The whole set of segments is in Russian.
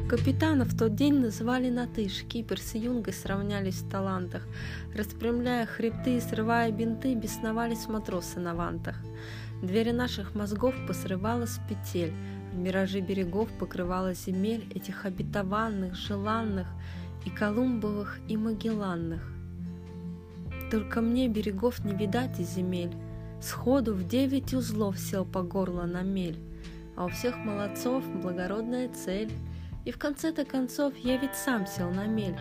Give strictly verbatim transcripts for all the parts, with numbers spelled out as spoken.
Капитана в тот день называли на «ты», шкипер с юнгой сравнялись в талантах. Распрямляя хребты и срывая бинты, бесновались матросы на вантах. Двери наших мозгов посрывала с петель, в миражи берегов покрывала земель этих обетованных, желанных, и Колумбовых, и Магелланных. Только мне берегов не видать и земель, сходу в девять узлов сел по горло на мель, а у всех молодцов благородная цель, и в конце-то концов я ведь сам сел на мель.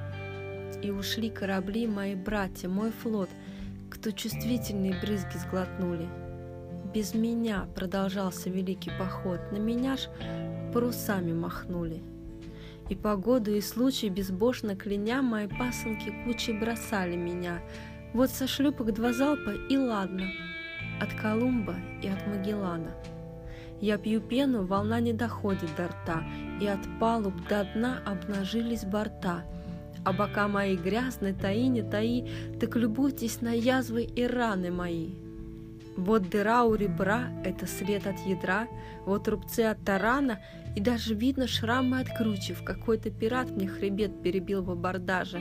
И ушли корабли, мои братья, мой флот, кто чувствительные брызги сглотнули. Без меня продолжался великий поход, на меня ж парусами махнули. И погоду и случай безбожно кляня, мои пасынки кучей бросали меня. Вот со шлюпок два залпа и ладно, от Колумба и от Магеллана. Я пью пену, волна не доходит до рта, и от палуб до дна обнажились борта. А бока мои грязны, таи не таи, так любуйтесь на язвы и раны мои. Вот дыра у ребра — это след от ядра, вот рубцы от тарана, и даже видно шрамы от крючев. Какой-то пират мне хребет перебил в абордаже.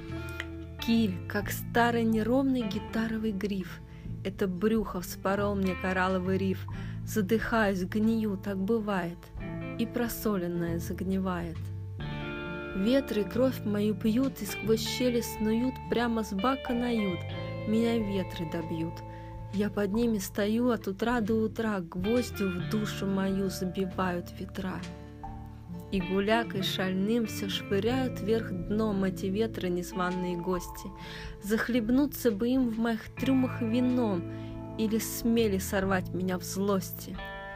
Киль, как старый неровный гитаровый гриф, это брюхо вспорол мне коралловый риф. Задыхаюсь, гнию, так бывает, и просоленное загнивает. Ветры кровь мою пьют и сквозь щели снуют, прямо с бака на ют, меня ветры добьют. Я под ними стою от утра до утра, гвоздью в душу мою забивают ветра. И гулякой шальным все швыряют вверх дном эти ветры незваные гости. Захлебнуться бы им в моих трюмах вином или смели сорвать меня в злости.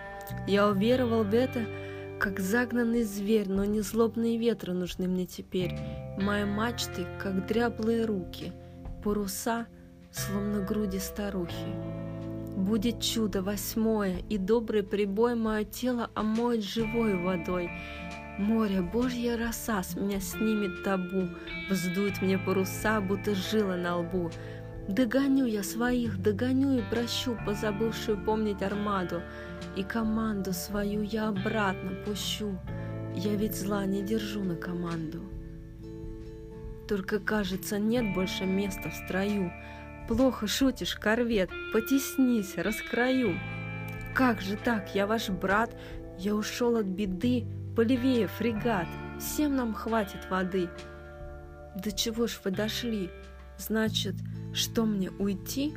Я уверовал в это, как загнанный зверь, но не злобные ветры нужны мне теперь. Мои мачты, как дряблые руки, паруса, словно груди старухи. Будет чудо восьмое, и добрый прибой мое тело омоет живой водой. Море, божья роса с меня снимет табу, вздует мне паруса, будто жила на лбу. Догоню я своих, догоню и прощу позабывшую помнить армаду, и команду свою я обратно пущу, я ведь зла не держу на команду. Только, кажется, нет больше места в строю. Плохо шутишь, корвет, потеснись, раскрою. Как же так, я ваш брат, я ушел от беды, полевее фрегат, всем нам хватит воды. До чего ж вы дошли? Значит, что мне уйти?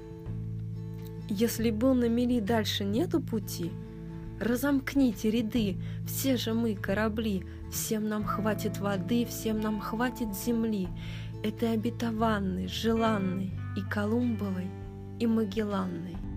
Если был на мели, дальше нету пути? Разомкните ряды, все же мы корабли, всем нам хватит воды, всем нам хватит земли, этой обетованной, желанной, и Колумбовой, и Магелланной.